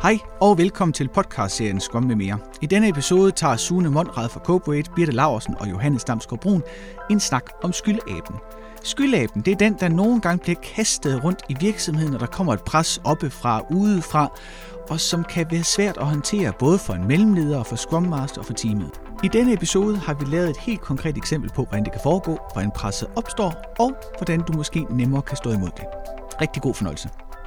Hej og velkommen til podcastserien Scrum med mere. I denne episode tager Sune Monrad fra Cooperate, Birte Laursen og Johannes Damsgaard Brun en snak om skyldaben. Skyldaben, det er den, der nogle gange bliver kastet rundt i virksomheden, når der kommer et pres oppefra, udefra, og som kan være svært at håndtere både for en mellemleder og for Scrum Master og for teamet. I denne episode har vi lavet et helt konkret eksempel på, hvordan det kan foregå, hvordan presset opstår, og hvordan du måske nemmere kan stå imod det. Rigtig god fornøjelse.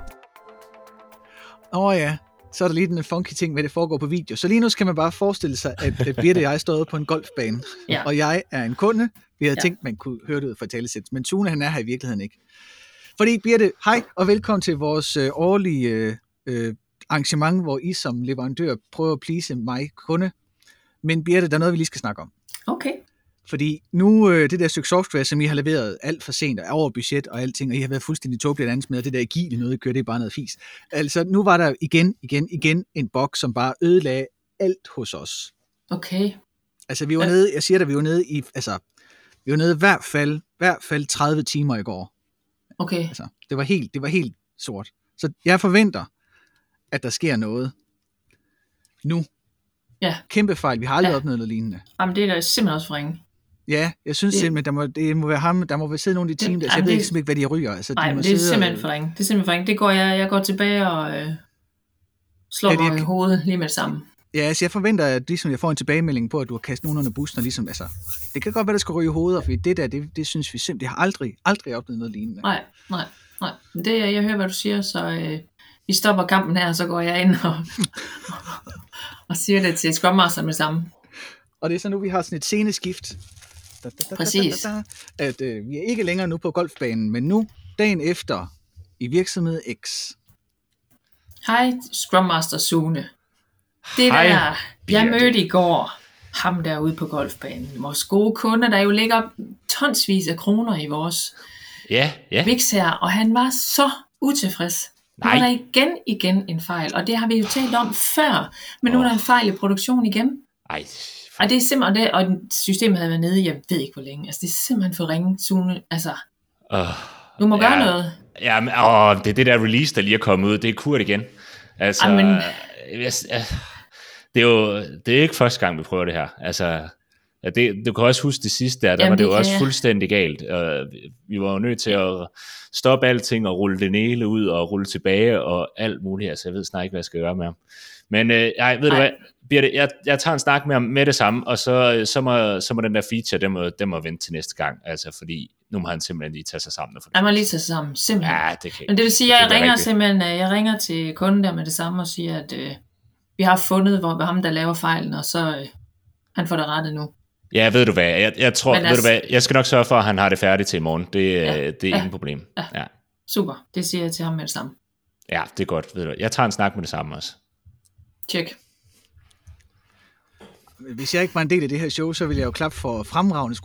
Ja, så er der lige den funky ting med, at det foregår på video. Så lige nu skal man bare forestille sig, at Birte og jeg står på en golfbane, og jeg er en kunde. Vi havde tænkt, man kunne høre det ud fra talesæt, men Sune, han er her i virkeligheden ikke. Fordi Birte, hej og velkommen til vores årlige arrangement, hvor I som leverandør prøver at please mig kunde. Men Birte, der er noget, vi lige skal snakke om. Okay. Fordi nu det der stykke software, som I har leveret alt for sent og over budget og alting, og I har været fuldstændig tåbeligt andet med, og det der agile noget, I kører, det er bare noget fis. Altså, nu var der igen en bug, som bare ødelagde alt hos os. Okay. Altså, vi var nede, jeg siger dig, vi var nede i, vi var nede i hvert fald 30 timer i går. Okay. Altså, det var helt sort. Så jeg forventer, at der sker noget nu. Ja. Kæmpe fejl, vi har aldrig opnået noget lignende. Jamen, det er da simpelthen også for ringe. Ja, jeg synes simpelthen, det må være ham, der må sidde nogen i team, der jeg ved ikke, hvad de ryger. Altså, nej, det er simpelthen for ringe. Det er simpelthen for ringe. Det går jeg går tilbage og slår mig i hovedet lige med det samme. Ja, altså jeg forventer, at ligesom jeg får en tilbagemelding på, at du har kastet nogen under bussen, og ligesom, altså, det kan godt være, der skal ryge i hovedet, fordi det der, det synes vi simpelthen, det har aldrig oplevet noget lignende. Nej. Men det, jeg hører, hvad du siger, så vi stopper kampen her, så går jeg ind og siger det til Scrum Master med samme. Og det er så nu, vi har sådan et sceneskift. Præcis. At vi er ikke længere nu på golfbanen, men nu, dagen efter, i virksomhed X. Hej, Scrum Master Sune. Det der, jeg mødte i går, ham derude på golfbanen, vores gode kunde, der jo ligger tonsvis af kroner i vores mix her, og han var så utilfreds. Nu er der igen en fejl, og det har vi jo talt om før, men nu er der en fejl i produktion igen. Og det er simpelthen det, og systemet havde været nede, jeg ved ikke hvor længe. Altså det er simpelthen for ringe, Sune. Altså, du må gøre noget. Ja, det er det der release, der lige er kommet ud. Det er kurt igen. Altså, det er ikke første gang, vi prøver det her. Altså, du kan også huske det sidste der var det jo også fuldstændig galt. Vi var jo nødt til at stoppe alting og rulle det hele ud og rulle tilbage og alt muligt. Altså, jeg ved snart ikke, hvad jeg skal gøre med ham. Men ved du hvad, Birte, jeg tager en snak med ham med det samme, og så må den der feature, den må vente til næste gang, altså fordi nu må han simpelthen lige tage sig sammen. Han må lige tage sig sammen, simpelthen. Ja, det kan. Men det vil sige, jeg ringer til kunden der med det samme og siger, at vi har fundet, hvor ham der laver fejlen, og så han får det rettet nu. Ja, ved du hvad, jeg tror, ved du hvad, jeg skal nok sørge for, at han har det færdigt til i morgen. Det er ingen problem. Ja. Super, det siger jeg til ham med det samme. Ja, det er godt, ved du hvad. Jeg tager en snak med det samme også. Tjek. Hvis jeg ikke var en del af det her show, så ville jeg jo klappe for fremragende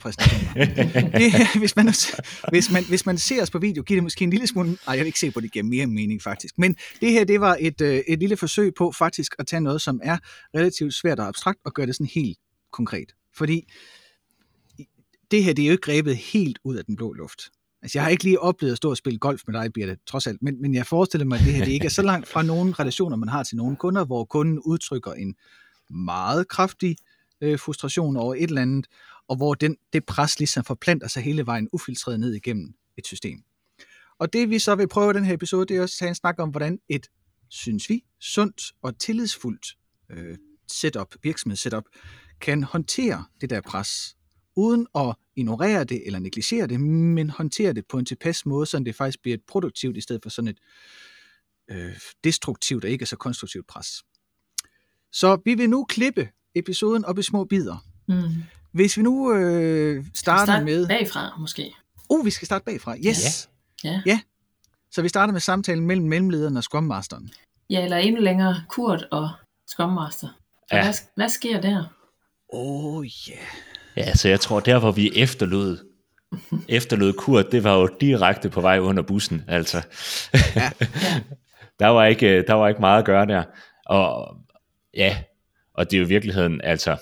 skuespillerpræstationer. Hvis man ser os på video, giver det måske en lille smule. Nej, jeg vil ikke se på det gennem mere mening faktisk. Men det her, det var et lille forsøg på faktisk at tage noget, som er relativt svært og abstrakt, og gøre det sådan helt konkret. Fordi det her, det er jo ikke grebet helt ud af den blå luft. Altså, jeg har ikke lige oplevet at stå og spille golf med dig, Birte, trods alt. Men jeg forestiller mig, at det her det ikke er så langt fra nogle relationer, man har til nogle kunder, hvor kunden udtrykker en meget kraftig frustration over et eller andet, og hvor det pres ligesom forplanter sig hele vejen ufiltreret ned igennem et system. Og det vi så vil prøve i den her episode, det er også at tage en snak om, hvordan et, synes vi, sundt og tillidsfuldt virksomhedssetup, kan håndtere det der pres, uden at ignorere det eller negligere det, men håndtere det på en tilpas måde, så det faktisk bliver et produktivt, i stedet for sådan et destruktivt og ikke så konstruktivt pres. Så vi vil nu klippe episoden op i små bidder. Hvis vi nu starter med... bagfra, måske. Vi skal starte bagfra. Yes. Ja. Så vi starter med samtalen mellem mellemlederen og Scrum Masteren. Ja, eller endnu længere, Kurt og Scrum Master. Hvad sker der? Ja, så jeg tror, der hvor vi efterlod Kurt, det var jo direkte på vej under bussen, altså. Ja. Der var ikke meget at gøre der. Og det er jo i virkeligheden, altså,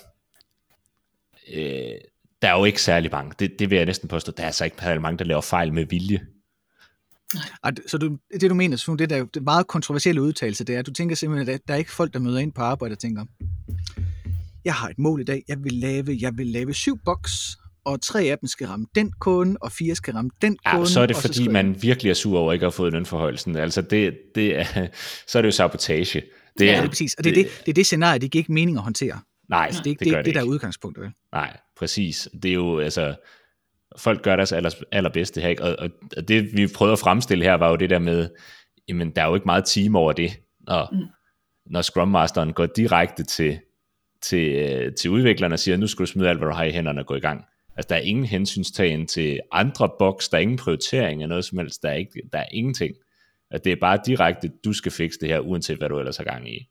der er jo ikke særlig mange, det vil jeg næsten påstå, der er altså ikke særlig mange, der laver fejl med vilje. Så det du mener, Sune, det der det meget kontroversielle udtalelse, det er, at du tænker simpelthen, at der er ikke folk, der møder ind på arbejde og tænker, jeg har et mål i dag, jeg vil lave 7 boks, og 3 af dem skal ramme den kunde, og 4 skal ramme den kunde. Ja, så er det fordi, man virkelig er sur over ikke at have fået lønforhøjelsen. Altså så er det jo sabotage. Det er præcis, og det er det scenarie, det giver ikke mening at håndtere. Nej, det er ikke det der er udgangspunktet. Vel? Nej, præcis. Det er jo, altså, folk gør deres allerbedste her, ikke? Og det, vi prøvede at fremstille her, var jo det der med, jamen, der er jo ikke meget team over det, når Scrum Masteren går direkte til udviklerne og siger, nu skal du smide alt, hvad du har i hænderne og gå i gang. Altså, der er ingen hensynstagen til andre boks, der er ingen prioritering af noget som helst, der er ingenting. At det er bare direkte, du skal fikse det her, uanset hvad du ellers har gang i.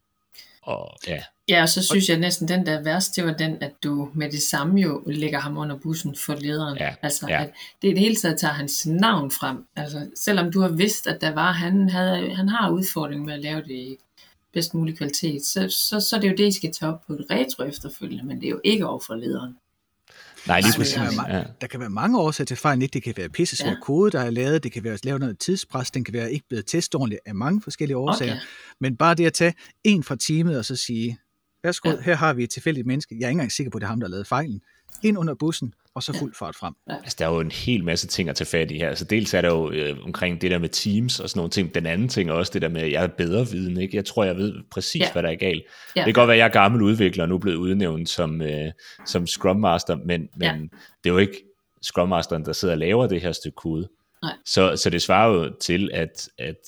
Og ja, og så synes jeg næsten, den der værst, det var den, at du med det samme jo lægger ham under bussen for lederen. At det i det hele taget tager hans navn frem. Altså, selvom du har vidst, at der var, han har udfordring med at lave det i bedst mulig kvalitet, så er det jo det, I skal tage op på et retro efterfølgende, men det er jo ikke over for lederen. Nej, lige præcis. Der kan være mange årsager til fejlen. Det kan være pissesvær kode, der er lavet. Det kan være lavet noget tidspres. Den kan være ikke blevet testet ordentligt af mange forskellige årsager. Okay. Men bare det at tage en fra teamet og så sige, værsgo, her har vi et tilfældigt menneske. Jeg er ikke engang sikker på, at det er ham, der har lavet fejlen. Ind under bussen, og så fuld fart frem. Altså, der er jo en hel masse ting at tage fat i her. Altså, dels er der jo omkring det der med teams og sådan nogle ting. Den anden ting er også det der med, at jeg er bedre viden. Ikke? Jeg tror, jeg ved præcis, hvad der er galt. Ja. Det kan godt være, at jeg er gammel udvikler og nu er blevet udnævnt som Scrum Master, men det er jo ikke Scrum Masteren, der sidder og laver det her stykke kode. Så det svarer jo til, at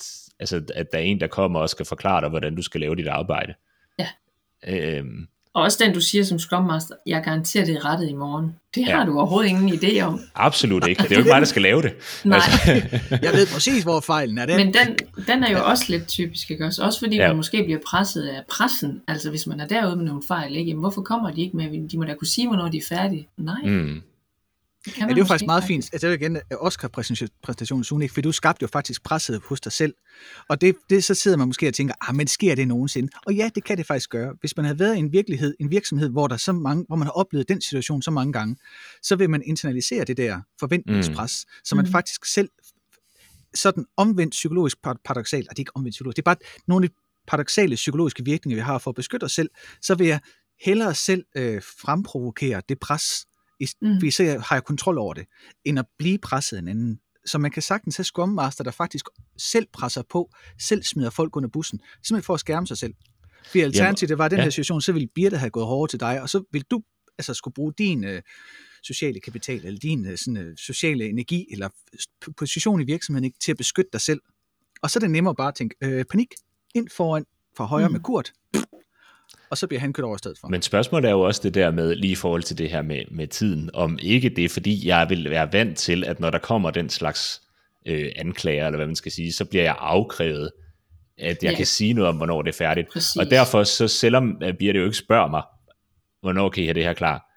der er en, der kommer og skal forklare dig, hvordan du skal lave dit arbejde. Ja. Og også den, du siger som Scrum Master, jeg garanterer, det er rettet i morgen. Det har du overhovedet ingen idé om. Absolut ikke. Det er jo ikke mig, der skal lave det. Nej. Jeg ved præcis, hvor fejlen er. Men den er jo også lidt typisk, ikke? Også fordi man måske bliver presset af pressen. Altså hvis man er derude med nogle fejl, ikke? Jamen, hvorfor kommer de ikke med? De må da kunne sige, hvornår de er færdige. Nej. Det er jo faktisk meget fint. Altså igen, Oscar-præstationen, Sune, for du skabte jo faktisk presset hos dig selv. Og det så sidder man måske og tænker, men sker det nogensinde? Og ja, det kan det faktisk gøre. Hvis man har været i en virksomhed, hvor man har oplevet den situation så mange gange, så vil man internalisere det der forventningspres, så man faktisk selv sådan omvendt psykologisk paradoksalt, og det er ikke omvendt psykologisk, det er bare nogle af de paradoksale psykologiske virkninger, vi har for at beskytte os selv, så vil jeg hellere selv fremprovokere det pres, fordi så har jeg kontrol over det, end at blive presset en anden. Så man kan sagtens have Scrum Master, der faktisk selv presser på, selv smider folk under bussen, simpelthen for at skærme sig selv. Fordi alternativet, det var den her situation, så ville Birte have gået hårdere til dig, og så vil du altså skulle bruge din sociale kapital, eller din sociale energi, eller position i virksomheden ikke, til at beskytte dig selv. Og så er det nemmere bare at tænke, panik, ind foran, fra højre med Kurt, og så bliver han kørt over i stedet for. Men spørgsmålet er jo også det der med, lige i forhold til det her med tiden, om ikke det er, fordi jeg vil være vant til, at når der kommer den slags anklager, eller hvad man skal sige, så bliver jeg afkrævet, at jeg kan sige noget om, hvornår det er færdigt. Præcis. Og derfor, så selvom Birte jo ikke spørger mig, hvornår kan I have det her klar,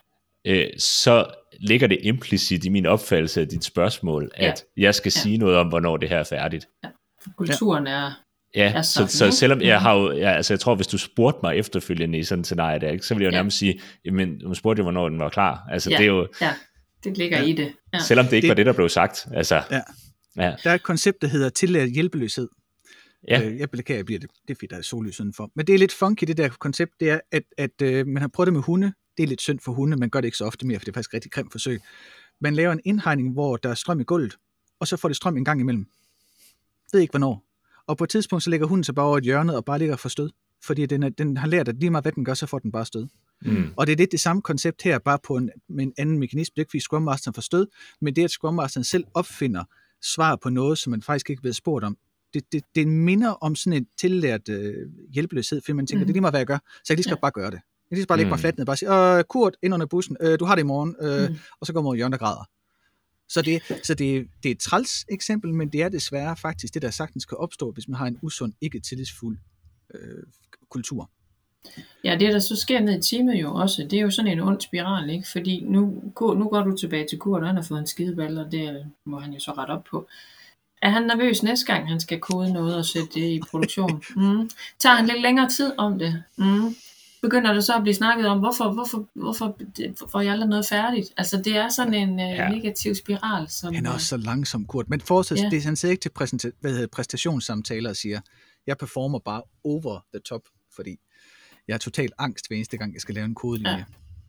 så ligger det implicit i min opfattelse af dit spørgsmål, at jeg skal sige noget om, hvornår det her er færdigt. Ja. Kulturen er... Ja, så selvom jeg har jo, jeg tror, hvis du spurgte mig efterfølgende i sådan et scenarie der, så ville jeg jo nærmest sige, men du spurgte jo, hvornår den var klar. Altså, det er jo... Ja, det ligger i det. Ja. Selvom det ikke var det, der blev sagt. Altså, Der er et koncept, der hedder tillært hjælpeløshed. Jeg beklager, det er fordi, der er sollys udenfor. Men det er lidt funky, det der koncept, det er, at man har prøvet det med hunde. Det er lidt synd for hunde, man gør det ikke så ofte mere, for det er faktisk et rigtig grimt forsøg. Man laver en indhegning, hvor der er strøm i gulvet, og så får det strøm en gang imellem. Jeg ved ikke, hvornår. Og på et tidspunkt, så ligger hunden sig bare over et hjørne og bare ligger for stød. Fordi den har lært, at lige meget hvad den gør, så får den bare stød. Og det er lidt det samme koncept her, bare på med en anden mekanisme. Det er ikke fordi Scrum Masteren får stød, men det er, at Scrum Masteren selv opfinder svar på noget, som man faktisk ikke ved spurgt om. Det minder om sådan en tillært hjælpeløshed, fordi man tænker, det er lige meget, hvad jeg gør, så jeg kan lige skal bare gøre det. Jeg kan bare lægge mig fladt ned og bare sige, Kurt, ind under bussen, du har det i morgen, og så går man over hjørnet og græder. Så det er et træls eksempel, men det er desværre faktisk det, der sagtens kan opstå, hvis man har en usund, ikke tillidsfuld kultur. Ja, det der så sker ned i teamet jo også, det er jo sådan en ond spiral, ikke? Fordi nu går du tilbage til Kurt, og han har fået en skideball, og det må han jo så rette op på. Er han nervøs næste gang, han skal kode noget og sætte det i produktion? Tager han lidt længere tid om det? begynder det så at blive snakket om, hvorfor får jeg aldrig noget færdigt? Altså, det er sådan en negativ spiral. Som, han er også så langsom, Kurt. Men fortsat, det, han sidder ikke til præstationssamtaler og siger, jeg performer bare over the top, fordi jeg er totalt angst hver eneste gang, jeg skal lave en kodelinje.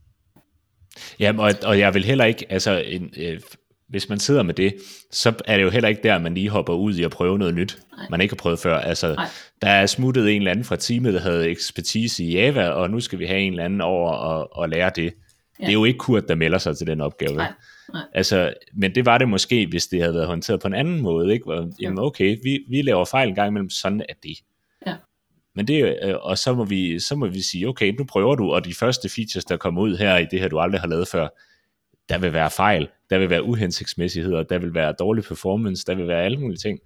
Ja, og jeg vil heller ikke, altså, hvis man sidder med det, så er det jo heller ikke der, man lige hopper ud i at prøve noget nyt, man ikke har prøvet før. Altså, der er smuttet en eller anden fra teamet, der havde ekspertise i Java, og nu skal vi have en eller anden over og lære det. Ja. Det er jo ikke Kurt, der melder sig til den opgave. Nej. Altså, men det var det måske, hvis det havde været håndteret på en anden måde. Ikke? Jamen, okay, vi laver fejl en gang imellem, sådan er det. Ja. Men det, og så må vi sige, okay, nu prøver du, og de første features, der kommer ud her i det her, du aldrig har lavet før, der vil være fejl, der vil være uhensigtsmæssigheder, der vil være dårlig performance, der vil være alle mulige ting.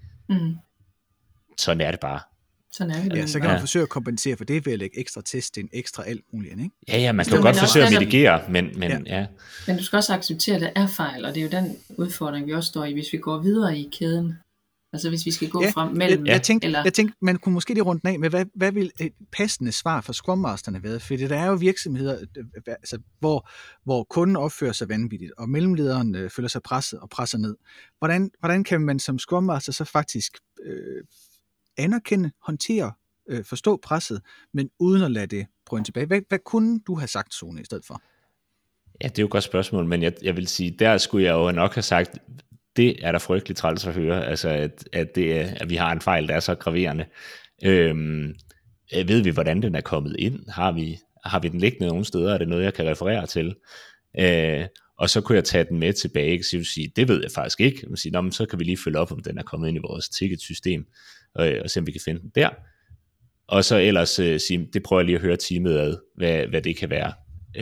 Sådan er det bare. Ja, så kan man forsøge at kompensere for det ved at lægge ekstra test, en ekstra alt muligt, ikke? Ja, man kan jo godt forsøge at mitigere, men ja. Men du skal også acceptere, at der er fejl, og det er jo den udfordring, vi også står i, hvis vi går videre i kæden. Altså hvis vi skal gå frem mellem... Jeg tænkte, man kunne måske lige rundt af med, hvad vil et passende svar for Scrum Masterne være? For der er jo virksomheder, altså, hvor kunden opfører sig vanvittigt, og mellemlederen føler sig presset og presser ned. Hvordan kan man som Scrum Master så faktisk anerkende, håndtere, forstå presset, men uden at lade det prøve tilbage? Hvad kunne du have sagt, Sune, i stedet for? Ja, det er jo et godt spørgsmål, men jeg vil sige, der skulle jeg jo nok have sagt, det er der frygteligt træls at høre, altså at vi har en fejl, der er så graverende. Ved vi, hvordan den er kommet ind? Har vi den liggende nogle steder? Er det noget, jeg kan referere til? Og så kunne jeg tage den med tilbage, så vil sige, det ved jeg faktisk ikke. Jeg sige, så kan vi lige følge op, om den er kommet ind i vores ticketsystem, og se, om vi kan finde den der. Og så ellers sige, det prøver jeg lige at høre teamet ad, hvad det kan være.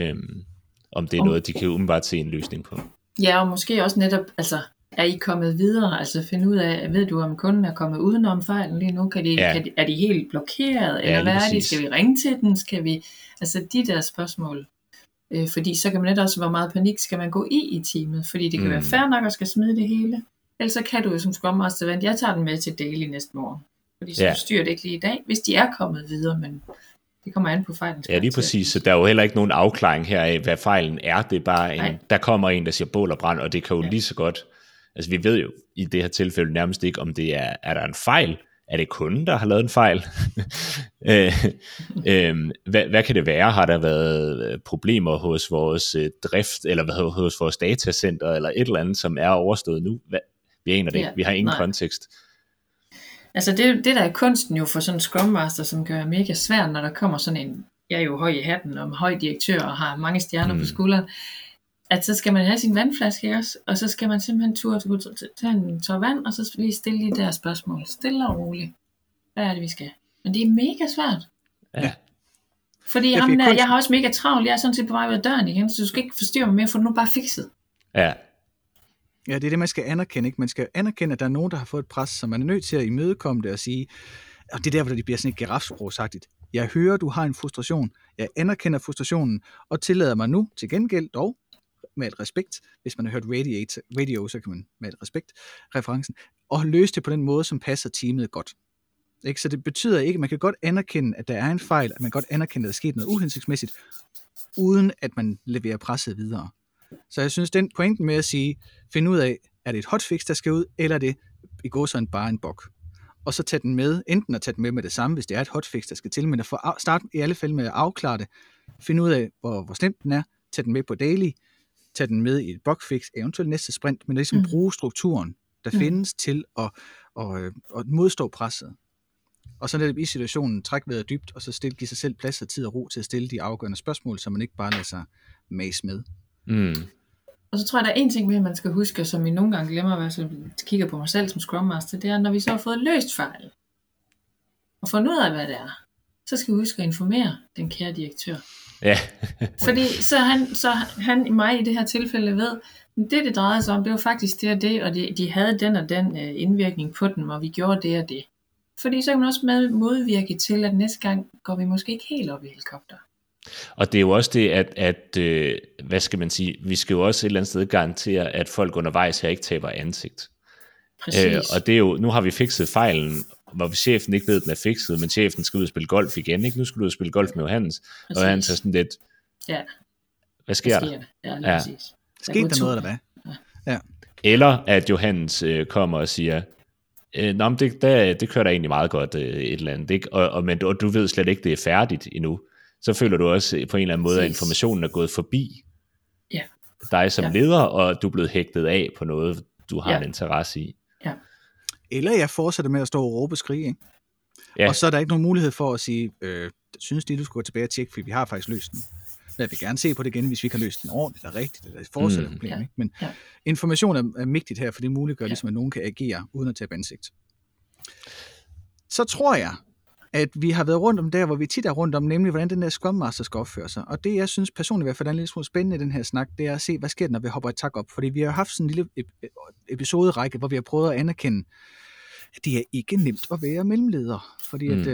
Om det er noget, de kan umiddelbart se en løsning på. Ja, og måske også netop, altså, er I kommet videre? Altså finde ud af, ved du, om kunden er kommet udenom fejlen lige nu? Er de helt blokeret? Eller hvad er det? Skal vi ringe til den? Skal vi, altså de der spørgsmål. Fordi så kan man netop også, hvor meget panik skal man gå i teamet? Fordi det kan være fair nok at skal smide det hele. Ellers så kan du jo som Scrum Master vente, jeg tager den med til daily næste morgen. Fordi så styrer det ikke lige i dag, hvis de er kommet videre, men det kommer an på fejlen. Ja, lige præcis. Så der er jo heller ikke nogen afklaring her af, hvad fejlen er. Det er bare der kommer en, der siger bål og brand, og det kan jo lige så godt. Altså vi ved jo i det her tilfælde nærmest ikke, om det er der en fejl. Er det kunden, der har lavet en fejl? Hvad kan det være? Har der været problemer hos vores drift, eller hos vores datacenter, eller et eller andet, som er overstået nu? Vi aner det ikke. Vi har ingen kontekst. Altså det der er kunsten jo for sådan en Scrum Master, som gør mega svært, når der kommer sådan en, jeg er jo høj i hatten, og høj direktør, og har mange stjerner på skulderen, at så skal man have sin vandflaske også, og så skal man simpelthen tage en tår vand, og så lige stille de der spørgsmål, stille og roligt. Hvad er det, vi skal? Men det er mega svært. Ja. Fordi jeg har også mega travlt, jeg er sådan set på vej ud af døren igen, så du skal ikke forstyrre mig mere, for du nu bare fikset. Ja. Ja, det er det, man skal anerkende. Ikke? Man skal anerkende, at der er nogen, der har fået et pres, så man er nødt til at imødekomme det og sige, og det er der, hvor det bliver sådan et girafsprogsagtigt. Jeg hører, du har en frustration. Jeg anerkender frustrationen, og tillader mig nu til gengæld dog, med et respekt, hvis man har hørt radio, så kan man med et respekt, referencen, og løse det på den måde, som passer teamet godt. Ikke? Så det betyder ikke, at man kan godt anerkende, at der er en fejl, at man godt anerkende, at der er sket noget uhensigtsmæssigt, uden at man leverer presset videre. Så jeg synes, den pointen med at sige, find ud af, er det et hotfix, der skal ud, eller er det i går sådan bare en bug. Og så tage den med, enten at tage den med det samme, hvis det er et hotfix, der skal til, men at starte i alle fald med at afklare det, finde ud af, hvor slemt den er, tage den med på daily, tage den med i et bugfix, eventuelt næste sprint, men ligesom bruge strukturen, der findes til at modstå presset. Og så netop i situationen, træk vejret dybt, og så give sig selv plads og tid og ro til at stille de afgørende spørgsmål, så man ikke bare lader sig mase med. Og så tror jeg, der er en ting mere, man skal huske, som vi nogle gange glemmer, hvis jeg kigger på mig selv som Scrum Master, det er, når vi så har fået løst fejl, og fundet ud af, hvad det er, så skal vi huske at informere den kære direktør. Ja. Fordi så han i mig i det her tilfælde ved, det drejede sig om, det var faktisk det og det, og de havde den og den indvirkning på dem, og vi gjorde det og det. Fordi så kan man også modvirke til, at næste gang går vi måske ikke helt op i helikopter. Og det er jo også det, at hvad skal man sige, vi skal jo også et eller andet sted garantere, at folk undervejs her ikke taber ansigt. Præcis. Og det er jo, nu har vi fikset fejlen, hvor chefen ikke ved, at den er fikset, men chefen skal ud og spille golf igen, ikke? Nu skal du ud og spille golf med Johannes, og Johannes er sådan lidt, hvad sker der? Ja, lige præcis. Skete der noget, eller hvad? Ja. Eller at Johannes kommer og siger, nå, men det kører da egentlig meget godt et eller andet, ikke? Men du ved slet ikke, det er færdigt endnu. Så føler du også på en eller anden måde, at informationen er gået forbi dig som leder, og du er blevet hægtet af på noget, du har en interesse i. Ja. Eller jeg fortsætter med at stå og råbe og skrige, ikke? Ja. Og så er der ikke nogen mulighed for at sige, synes du skulle gå tilbage og tjekke, fordi vi har faktisk løst den. Jeg vil gerne se på det igen, hvis vi kan løse den ordentligt eller rigtigt, eller fortsætte problemet. Ikke? Men information er vigtigt her, for det muliggør ligesom, at nogen kan agere uden at tabe ansigt. Så tror jeg, at vi har været rundt om der, hvor vi tit er rundt om, nemlig hvordan den der Scrum Master skal opføre sig. Og det, jeg synes personligt i hvert fald er en lille smule spændende i den her snak, det er at se, hvad sker der, når vi hopper et tak op. Fordi vi har haft sådan en lille episoderække, hvor vi har prøvet at anerkende, at det er ikke nemt at være mellemleder. Fordi at,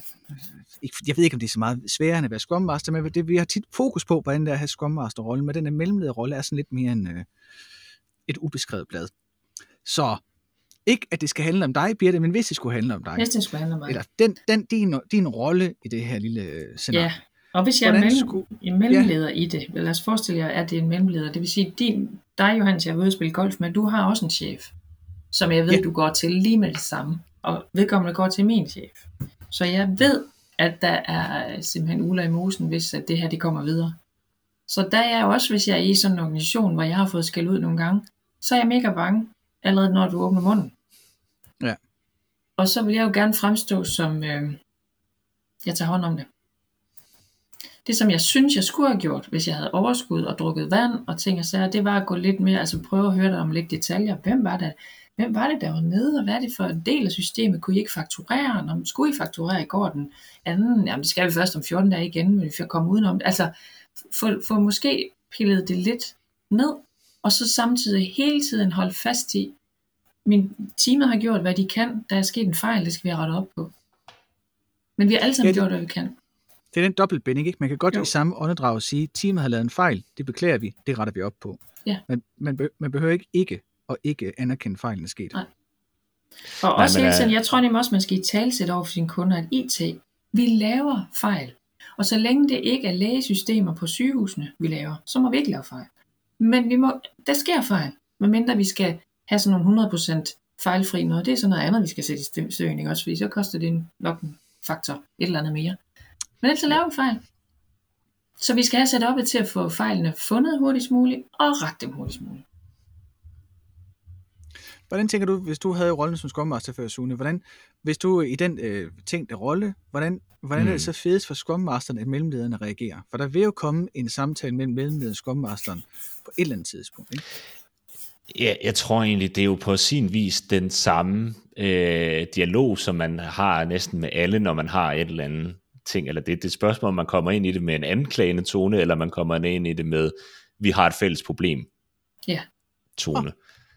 jeg ved ikke, om det er så meget sværere end at være Scrum Master, men det, vi har tit fokus på, hvordan der er at have Scrum Master-rollen, men den her mellemlederrolle er sådan lidt mere end et ubeskrevet blad. Så ikke, at det skal handle om dig, Birte, men hvis det skulle handle om dig. Hvis det skulle handle om mig. Eller din rolle i det her lille scenarie. Ja, og hvis jeg er mellemleder i det, lad os forestille jer, at det er en mellemleder, det vil sige, dig, Johannes, jeg er ude at spille golf med, du har også en chef, som jeg ved, du går til lige med det samme, og vedkommende går til min chef. Så jeg ved, at der er simpelthen uler i mosen, hvis at det her det kommer videre. Så der er jeg også, hvis jeg er i sådan en organisation, hvor jeg har fået skæld ud nogle gange, så er jeg mega bange, allerede når du åbner munden. Ja. Og så vil jeg jo gerne fremstå som, jeg tager hånd om det. Det som jeg synes, jeg skulle have gjort, hvis jeg havde overskud og drukket vand og ting og sager, det var at gå lidt mere, altså prøve at høre dig om lidt detaljer. Hvem var det, der var nede, og hvad er det for en del af systemet? Kunne I ikke fakturere? Når skulle I fakturere i går den anden? Jamen det skal vi først om 14 dage igen, men vi får komme udenom det. Altså få måske pillet det lidt ned, og så samtidig hele tiden holde fast i, min teamet har gjort, hvad de kan. Der er sket en fejl, det skal vi have rettet op på. Men vi har alle sammen gjort, hvad vi kan. Det er den dobbeltbinding, ikke? Man kan godt i samme åndedrag sige, at teamet har lavet en fejl, det beklager vi, det retter vi op på. Ja. Men man behøver ikke anerkende fejlen er sket. Nej. Og også hele tiden, jeg tror nemlig også, man skal i talsætte over for sine kunder, at IT, vi laver fejl. Og så længe det ikke er lægesystemer på sygehusene, vi laver, så må vi ikke lave fejl. Men der sker fejl, medmindre vi skal have sådan nogle 100% fejlfri noget. Det er sådan noget andet, vi skal sætte i støvning også, fordi så koster det nok en faktor, et eller andet mere. Men ellers laver vi fejl. Så vi skal have sat op til at få fejlene fundet hurtigst muligt, og rette dem hurtigst muligt. Hvordan tænker du, hvis du havde rollen som Scrum Master før, Sune, hvis du i den tænkte rolle, hvordan er det så fedest for Scrum Masteren, at mellemlederne reagerer? For der vil jo komme en samtale mellem mellemlederen og Scrum Masteren på et eller andet tidspunkt, ikke? Ja, jeg tror egentlig, det er jo på sin vis den samme dialog, som man har næsten med alle, når man har et eller andet ting, eller det er et spørgsmål, om man kommer ind i det med en anklagende tone, eller man kommer ind i det med, vi har et fælles problem tone.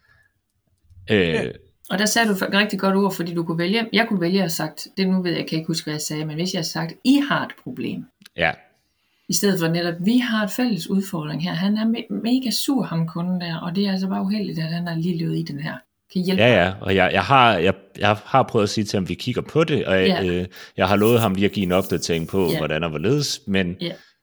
Og der sagde du et rigtig godt ord, fordi du kunne vælge, jeg kunne vælge at have sagt, det nu ved jeg, kan ikke huske, hvad jeg sagde, men hvis jeg havde sagt, I har et problem. Ja. I stedet for netop, vi har et fælles udfordring her. Han er mega sur, ham kunden der, og det er altså bare uheldigt, at han har lige løbet i den her. Kan I hjælpe ham? Og jeg har prøvet at sige til ham, at vi kigger på det, og jeg har lovet ham lige at give en opdatering på, hvordan og hvorledes, men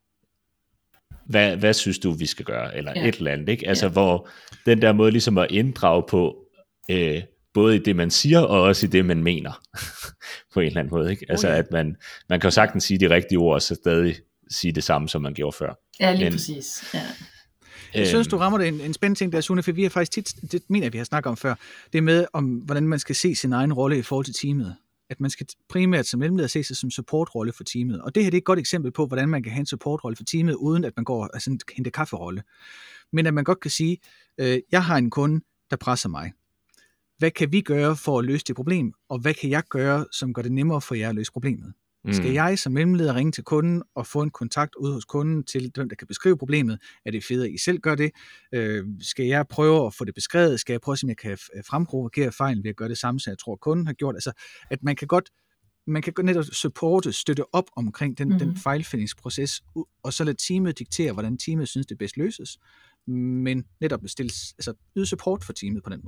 hvad synes du, vi skal gøre? Eller et eller andet, ikke? Altså, hvor den der måde ligesom at inddrage på, både i det, man siger, og også i det, man mener, på en eller anden måde, ikke? Altså, at man kan jo sagtens sige de rigtige ord, og så stadig sige det samme, som man gjorde før. Ja, lige præcis. Ja. Jeg synes, du rammer det en spændende ting der, Sune, for vi har faktisk tit, det mener vi har snakket om før, det med, om hvordan man skal se sin egen rolle i forhold til teamet. At man skal primært som mellemleder se sig som supportrolle for teamet. Og det her det er et godt eksempel på, hvordan man kan have en supportrolle for teamet, uden at man går altså en hente kafferolle. Men at man godt kan sige, jeg har en kunde, der presser mig. Hvad kan vi gøre for at løse det problem? Og hvad kan jeg gøre, som gør det nemmere for jer at løse problemet? Skal jeg som mellemleder ringe til kunden og få en kontakt ud hos kunden til dem, der kan beskrive problemet? Er det fedt, at I selv gør det? Skal jeg prøve at få det beskrevet? Skal jeg prøve, om jeg kan fremprovokere fejlen ved at gøre det samme, som jeg tror, kunden har gjort? Altså, at man kan godt netop støtte op omkring den fejlfindingsproces, og så lade teamet diktere, hvordan teamet synes, det bedst løses, men netop yde support for teamet på den måde.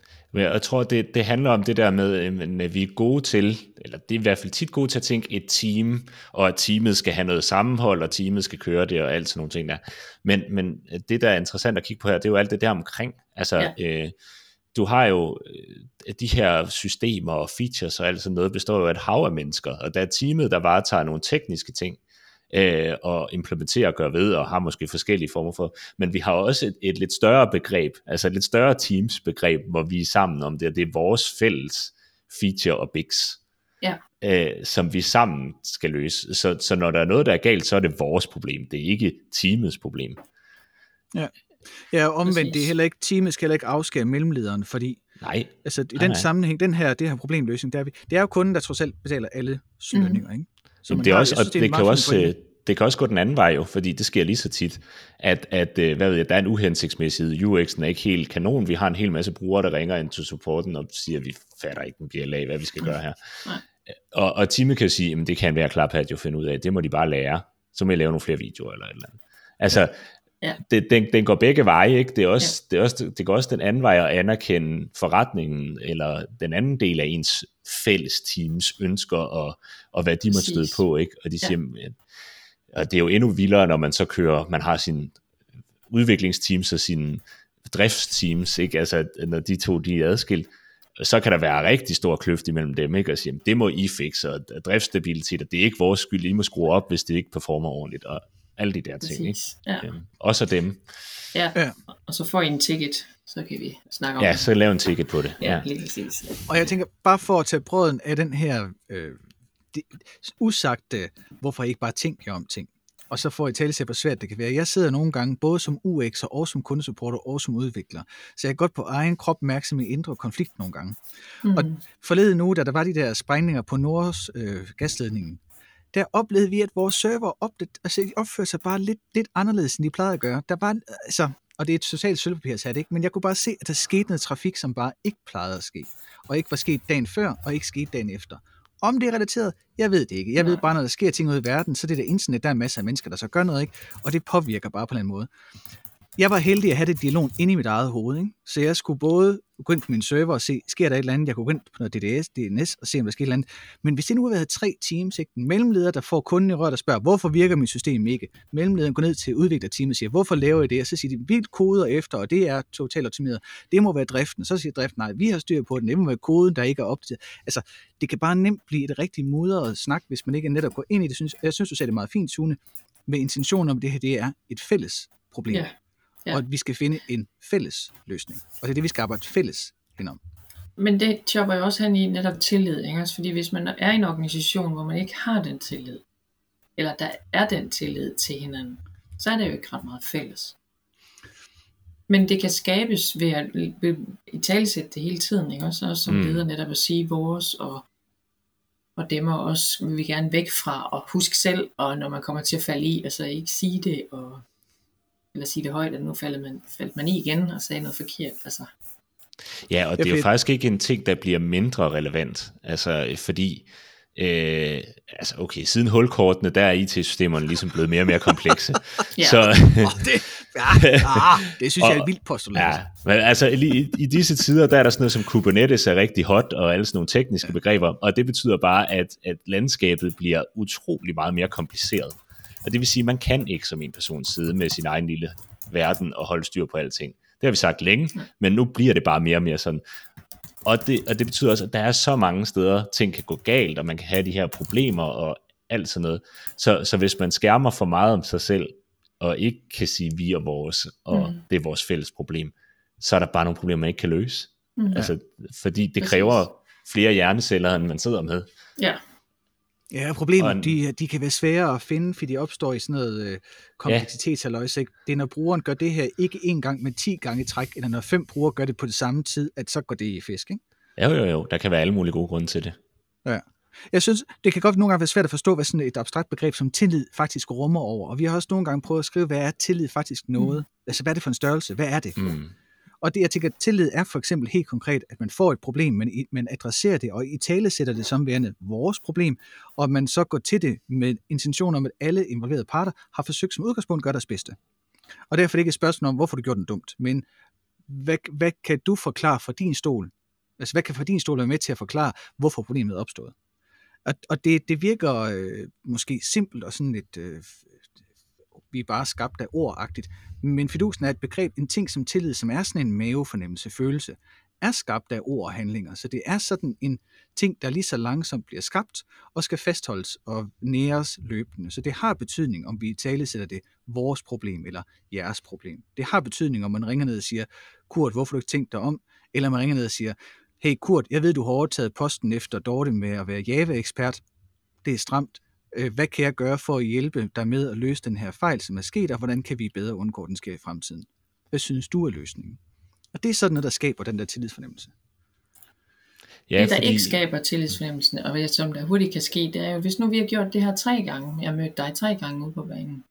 Men jeg tror, det handler om det der med, at vi er gode til, eller det er i hvert fald tit gode til at tænke et team, og at teamet skal have noget sammenhold, og teamet skal køre det, og alt sådan nogle ting der. Men det, der er interessant at kigge på her, det er jo alt det der omkring. Altså, du har jo de her systemer og features og alt sådan noget, består jo af et hav af mennesker, og der er teamet, der varetager nogle tekniske ting, og implementerer og gør ved, og har måske forskellige former for, men vi har også et lidt større begreb, altså et lidt større teams begreb, hvor vi er sammen om det, og det er vores fælles feature og bigs, som vi sammen skal løse. Så når der er noget, der er galt, så er det vores problem, det er ikke teamets problem. Ja, omvendt, det er heller ikke, teamet skal heller ikke afskære mellemlederen, fordi altså, i den sammenhæng, det her problemløsning, det er jo kunden, der trods alt betaler alle lønninger, ikke? Så det er også, og det kan også gå den anden vej jo, fordi det sker lige så tit, at hvad ved jeg, der er en uhensigtsmæssighed, UX'en er ikke helt kanon, vi har en hel masse brugere, der ringer ind til supporten og siger, at vi fatter ikke en bjæl af, hvad vi skal gøre her. Og teamet kan sige, at det kan være klaphat jo finde ud af, det må de bare lære, så må I lave nogle flere videoer eller et eller andet. Altså, den går begge veje, ikke? Det går også den anden vej at anerkende forretningen, eller den anden del af ens fælles teams ønsker, og hvad de må støde på, ikke? Og de siger, og det er jo endnu vildere, når man så kører, man har sin udviklingsteams og sine driftsteams, ikke? Altså, når de to, de er adskilt, så kan der være rigtig stor kløft imellem dem, ikke? Og sige, det må I fikse, og driftsstabilitet, og det er ikke vores skyld, I må skrue op, hvis det ikke performer ordentligt, og alle de der ting, ikke? Også dem. Ja, og så får I en ticket, så kan vi snakke om det. Ja, så lave en ticket på det. Ja, lige præcis. Og jeg tænker, bare for at tage brøden af den her usagte, hvorfor I ikke bare tænker om ting, og så får I tale sig, hvor svært det kan være. Jeg sidder nogle gange, både som UX'er, og som kundesupporter, og som udvikler, så jeg er godt på egen krop mærksom i indre konflikt nogle gange. Og forleden uge, da der var de der sprængninger på Nords gasledningen, der oplevede vi, at vores server opførte sig bare lidt anderledes, end de plejede at gøre. Der var, altså, og det er et socialt sølvpapirshat, ikke? Men jeg kunne bare se, at der skete noget trafik, som bare ikke plejede at ske. Og ikke var sket dagen før, og ikke skete dagen efter. Om det er relateret, jeg ved det ikke. Jeg ved bare, når der sker ting ude i verden, så det der internet, der er masser af mennesker, der så gør noget, ikke? Og det påvirker bare på en måde. Jeg var heldig at have det dialog inde i mit eget hoved, ikke? Så jeg skulle både gå ind på min server og se, sker der et eller andet, jeg kunne gå ind på noget DNS og se, om der sker et eller andet. Men hvis det nu havde været 3 teams, ikke? En mellemleder, der får kunden i røret og spørger, hvorfor virker mit system ikke? Mellemlederen går ned til udviklerteamet og siger, hvorfor laver I det? Og så siger de, vi koder efter, og det er totalt optimeret. Det må være driften. Så siger driften, nej, vi har styr på den. Det må være koden, der ikke er opdateret. Altså, det kan bare nemt blive et rigtig mudret snak, hvis man ikke netop går ind i det. Jeg synes, du sagde det meget fint, Sune, med intentionen om, det her det er et fælles problem. Ja. Og at vi skal finde en fælles løsning. Og det er det, vi skal arbejde fælles om. Men det chopper jo også hen i netop tillid, ikke? Fordi hvis man er i en organisation, hvor man ikke har den tillid, eller der er den tillid til hinanden, så er det jo ikke ret meget fælles. Men det kan skabes ved at italesætte det hele tiden, ikke? Også som leder netop at sige vores, og dem og os vil vi gerne væk fra, og huske selv, og når man kommer til at falde i, altså ikke sige det, eller sige det højt, at nu faldt man i igen og sagde noget forkert. Altså. Ja, og det er jo faktisk ikke en ting, der bliver mindre relevant. Altså, fordi siden hulkortene, der er IT-systemerne ligesom blevet mere og mere komplekse. Så, det synes jeg er et vildt postulat. Ja, men altså i disse tider, der er der sådan noget som Kubernetes er rigtig hot, og alle sådan nogle tekniske begreber, og det betyder bare, at landskabet bliver utrolig meget mere kompliceret. Og det vil sige, at man kan ikke som en person sidde med sin egen lille verden og holde styr på alting. Det har vi sagt længe, men nu bliver det bare mere og mere sådan. Og det betyder også, at der er så mange steder, ting kan gå galt, og man kan have de her problemer og alt sådan noget. Så hvis man skærmer for meget om sig selv, og ikke kan sige vi og vores, og det er vores fælles problem, så er der bare nogle problemer, man ikke kan løse. Altså, fordi det kræver flere hjerneceller, end man sidder med. Ja. Ja, problemet, de kan være svære at finde, fordi de opstår i sådan noget kompleksitetshalløjse. Det er, når brugeren gør det her ikke 1 gang, men 10 gange i træk, eller når 5 brugere gør det på det samme tid, at så går det i fisk, ikke? Jo, der kan være alle mulige gode grunde til det. Ja. Jeg synes, det kan godt nogle gange være svært at forstå, hvad sådan et abstrakt begreb som tillid faktisk rummer over, og vi har også nogle gange prøvet at skrive, hvad er tillid faktisk noget? Altså, hvad er det for en størrelse? Hvad er det? Og det, jeg tænker, tillid er for eksempel helt konkret, at man får et problem, men man adresserer det, og italesætter det som værende vores problem, og man så går til det med intention om, at alle involverede parter har forsøgt som udgangspunkt at gøre deres bedste. Og derfor er det ikke et spørgsmål om, hvorfor du gjorde den dumt, men hvad kan du forklare fra din stol? Altså, hvad kan fra din stol være med til at forklare, hvorfor problemet er opstået? Og det virker måske simpelt og sådan lidt, vi er bare skabt af ordagtigt, men fidusen er et begreb, en ting som tillid, som er sådan en mavefornemmelse, følelse, er skabt af ord og handlinger. Så det er sådan en ting, der lige så langsomt bliver skabt og skal fastholdes og næres løbende. Så det har betydning, om vi i tale sætter det vores problem eller jeres problem. Det har betydning, om man ringer ned og siger, Kurt, hvorfor har du ikke tænkt dig om? Eller man ringer ned og siger, hey Kurt, jeg ved, du har overtaget posten efter Dorte med at være Java-ekspert. Det er stramt. Hvad kan jeg gøre for at hjælpe dig med at løse den her fejl, som er sket, og hvordan kan vi bedre undgå, at den sker i fremtiden? Hvad synes du er løsningen? Og det er sådan noget, der skaber den der tillidsfornemmelse. Ja, det, der ikke skaber tillidsfornemmelsen, og hvad som der hurtigt kan ske, det er jo, hvis nu vi har gjort det her 3 gange, jeg har mødt dig 3 gange ude på banen.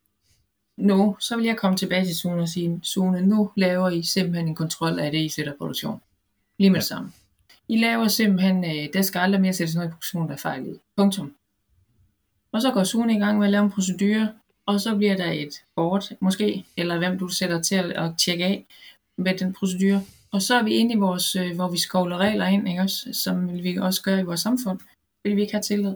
Nu, så vil jeg komme tilbage til Sune og sige, Sune, nu laver I simpelthen en kontrol af det, I sætter produktion. Lige med det samme. I laver simpelthen, der skal aldrig mere sættes noget i produktion, der er fejl i. Punktum. Og så går Sune i gang med at lave en procedure, og så bliver der et board, måske, eller hvem du sætter til at tjekke af med den procedure. Og så er vi inde i vores, hvor vi skovler regler ind, ikke også? Som vi også gør i vores samfund, fordi vi ikke har tillid.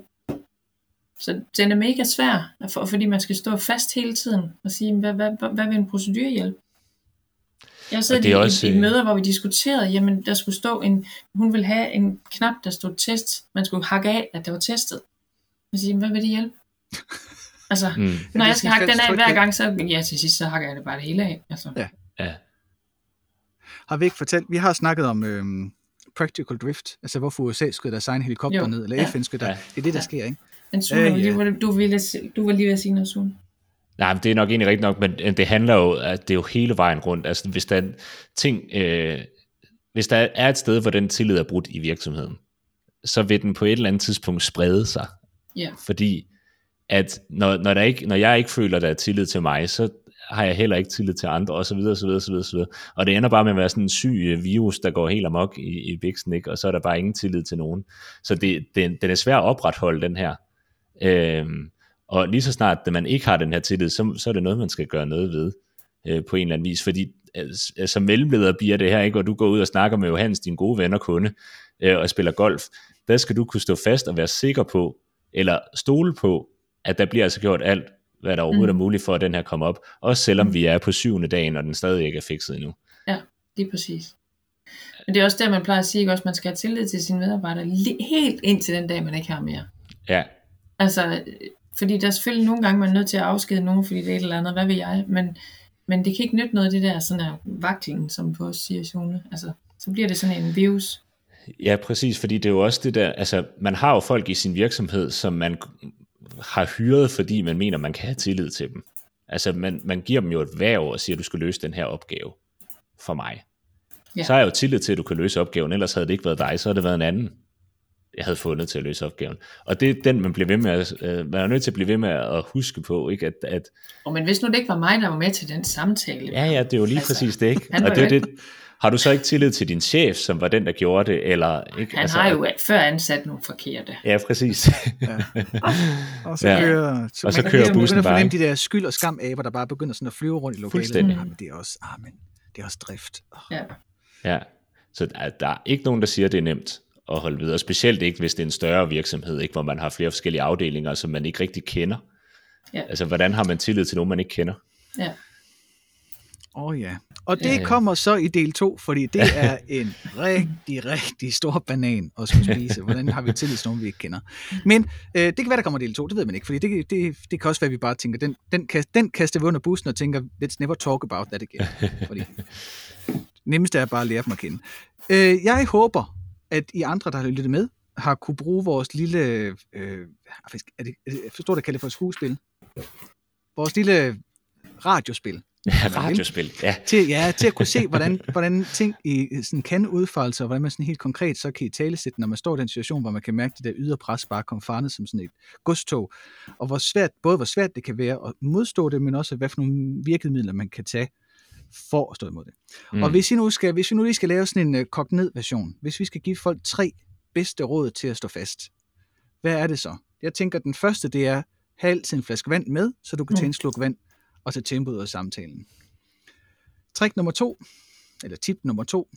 Så den er mega svær, fordi man skal stå fast hele tiden og sige, hvad vil en procedure hjælpe? Jeg sad i møder, hvor vi diskuterede, jamen der skulle stå hun ville have en knap, der stod test. Man skulle hakke af, at det var testet. Jeg siger, hvad vil det hjælpe? Altså, når jeg skal hakke den af hver gang, så til sidst, så hakker jeg det bare det hele af. Altså. Ja. Har vi ikke fortalt, vi har snakket om practical drift, altså hvorfor USA skyder deres egen helikopter ned, eller FN skyder, det er det, der sker, ikke? Men Sune, du var lige ved at sige noget, Sune. Nej, men det er nok egentlig rigtigt nok, men det handler jo, at det er jo hele vejen rundt. Altså, hvis der er ting, hvis der er et sted, hvor den tillid er brudt i virksomheden, så vil den på et eller andet tidspunkt sprede sig. Yeah. Fordi at når jeg ikke føler, der er tillid til mig, så har jeg heller ikke tillid til andre, og så videre, så videre, så videre, så videre. Og det ender bare med at være sådan en syg virus, der går helt amok i biksen, ikke? Og så er der bare ingen tillid til nogen. Så den er svær at opretholde, den her. Og lige så snart, at man ikke har den her tillid, så er det noget, man skal gøre noget ved på en eller anden vis. Fordi som mellemleder bliver det her, ikke? Og du går ud og snakker med Johannes, din gode ven og kunde, og spiller golf. Der skal du kunne stå fast og være sikker på, eller stole på, at der bliver altså gjort alt, hvad der overhovedet er muligt for, at den her kommer op. Også selvom vi er på 7. dagen, og den stadig ikke er fikset endnu. Ja, lige præcis. Men det er også der, man plejer at sige, at man skal have tillid til sine medarbejdere helt indtil den dag, man ikke har mere. Ja. Altså, fordi der er selvfølgelig nogle gange, man er nødt til at afskede nogen, fordi det er et eller andet, hvad ved jeg, men det kan ikke nytte noget af det der sådan her vaklingen, som du også siger, Sune. Altså, så bliver det sådan en virus. Ja, præcis, fordi det er jo også det der, altså man har jo folk i sin virksomhed, som man har hyret, fordi man mener, man kan have tillid til dem. Altså man giver dem jo et hverv og siger, at du skal løse den her opgave for mig. Ja. Så har jeg jo tillid til, at du kan løse opgaven, ellers havde det ikke været dig, så havde det været en anden, jeg havde fundet til at løse opgaven. Og det er den, man bliver ved med, man er nødt til at blive ved med at huske på, ikke? Men hvis nu det ikke var mig, der var med til den samtale. Ja, det er jo lige præcis det, ikke? Og det er det. Har du så ikke tillid til din chef, som var den, der gjorde det, eller ikke? Han har jo før ansat nogle forkerte. Ja, præcis. Ja. Og så kører bussen bare. Man kan de der skyld og skam aber, der bare begynder sådan at flyve rundt i lokalet. Fuldstændig. Men det er også drift. Ja. Så der er ikke nogen, der siger, at det er nemt at holde videre. Specielt ikke, hvis det er en større virksomhed, ikke, hvor man har flere forskellige afdelinger, som man ikke rigtig kender. Ja. Altså, hvordan har man tillid til nogen, man ikke kender? Ja. Ja. Og det kommer så i del 2, fordi det er en rigtig, rigtig stor banan at skulle spise. Hvordan har vi tillid til nogen, vi ikke kender? Men det kan være, der kommer del 2, det ved man ikke, fordi det kan også være, at vi bare tænker, den kaster vi under bussen og tænker, let's never talk about that again. Fordi nemmest er bare at lære dem at kende. Jeg håber, at I andre, der har lyttet med, har kunne bruge vores lille, forstår du, kalder det for et skuespil? Vores lille radiospil. Ja, radiospil, ja. Til at kunne se, hvordan ting sådan kan udfolde sig, og hvordan man sådan helt konkret så kan i talesætte, når man står i den situation, hvor man kan mærke det der ydre pres bare komme farne som sådan et godstog, og hvor svært det kan være at modstå det, men også hvad for nogle virkemidler man kan tage for at stå imod det. Og hvis vi nu lige skal lave sådan en kogt ned version, hvis vi skal give folk 3 bedste råd til at stå fast, hvad er det så? Jeg tænker, den første, det er, have altid en flaske vand med, så du kan tage en sluk vand og tage tempoet ud af samtalen. Trick nummer 2, Eller tip nummer 2.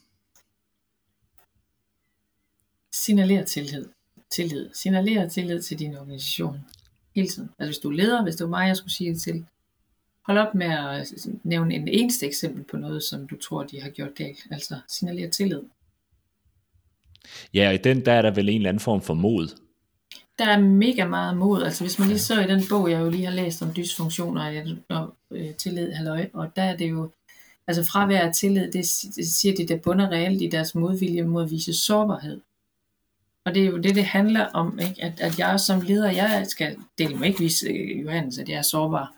Signalere tillid. Signalere tillid til din organisation. Hele tiden. Altså hvis du er leder, hvis det var mig, jeg skulle sige det til. Hold op med at nævne en eneste eksempel på noget, som du tror, de har gjort galt. Altså signalere tillid. Ja, og i den der er der vel en eller anden form for mod. Der er mega meget mod. Altså hvis man lige så i den bog, jeg jo lige har læst om dysfunktioner og tillid, halløj, og der er det jo, altså fravær af tillid, det siger de, der bunder reelt i deres modvilje mod at vise sårbarhed. Og det er jo det handler om, ikke? At jeg som leder, jeg skal dele mig ikke vise Johannes, at jeg er sårbar.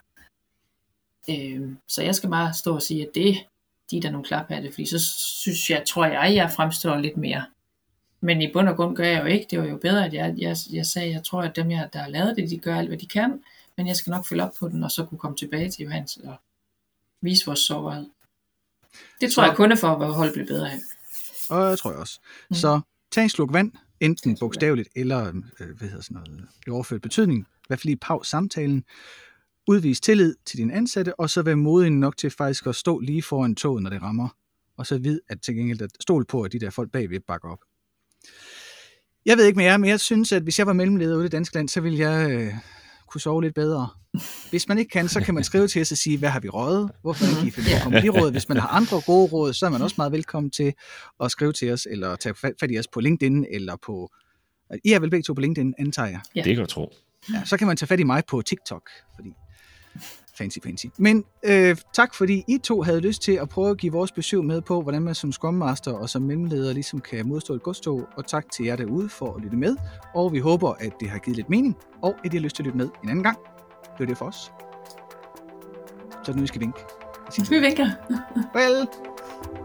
Så jeg skal bare stå og sige, at de er der nogle klaphatte, fordi så synes tror jeg fremstår lidt mere. Men i bund og grund gør jeg jo ikke. Det var jo bedre, at jeg sagde, jeg tror, at dem, der har lavet det, de gør alt, hvad de kan, men jeg skal nok følge op på den, og så kunne komme tilbage til Johannes og vise vores sårbarhed. Det tror jeg kun er for, at holdet bliver bedre af. Og jeg tror jeg også. Så tag en sluk vand, enten bogstaveligt eller i overført betydning, i hvert fald i pause samtalen. Udvis tillid til dine ansatte, og så vær modig nok til faktisk at stå lige foran toget, når det rammer. Og så vid, at til gengæld at stole på, at de der folk bagved bakker op. Jeg ved ikke mere, men jeg synes, at hvis jeg var mellemleder ude i Dansk Land, så ville jeg kunne sove lidt bedre. Hvis man ikke kan, så kan man skrive til os og sige, hvad har vi røget? Hvorfor ikke I finde på komediråd? Hvis man har andre gode råd, så er man også meget velkommen til at skrive til os, eller tage fat i os på LinkedIn, eller på... I er vel begge to på LinkedIn, antager jeg? Ja. Det kan jeg tro. Ja, så kan man tage fat i mig på TikTok, fordi... Fancy. Men tak, fordi I to havde lyst til at prøve at give vores besøg med på, hvordan man som Scrum Master og som mellemleder ligesom kan modstå et godstog. Og tak til jer derude for at lytte med. Og vi håber, at det har givet lidt mening, og at I har lyst til at lytte med en anden gang. Det var det for os. Så nu skal vi vinke. Vi vinker. Well.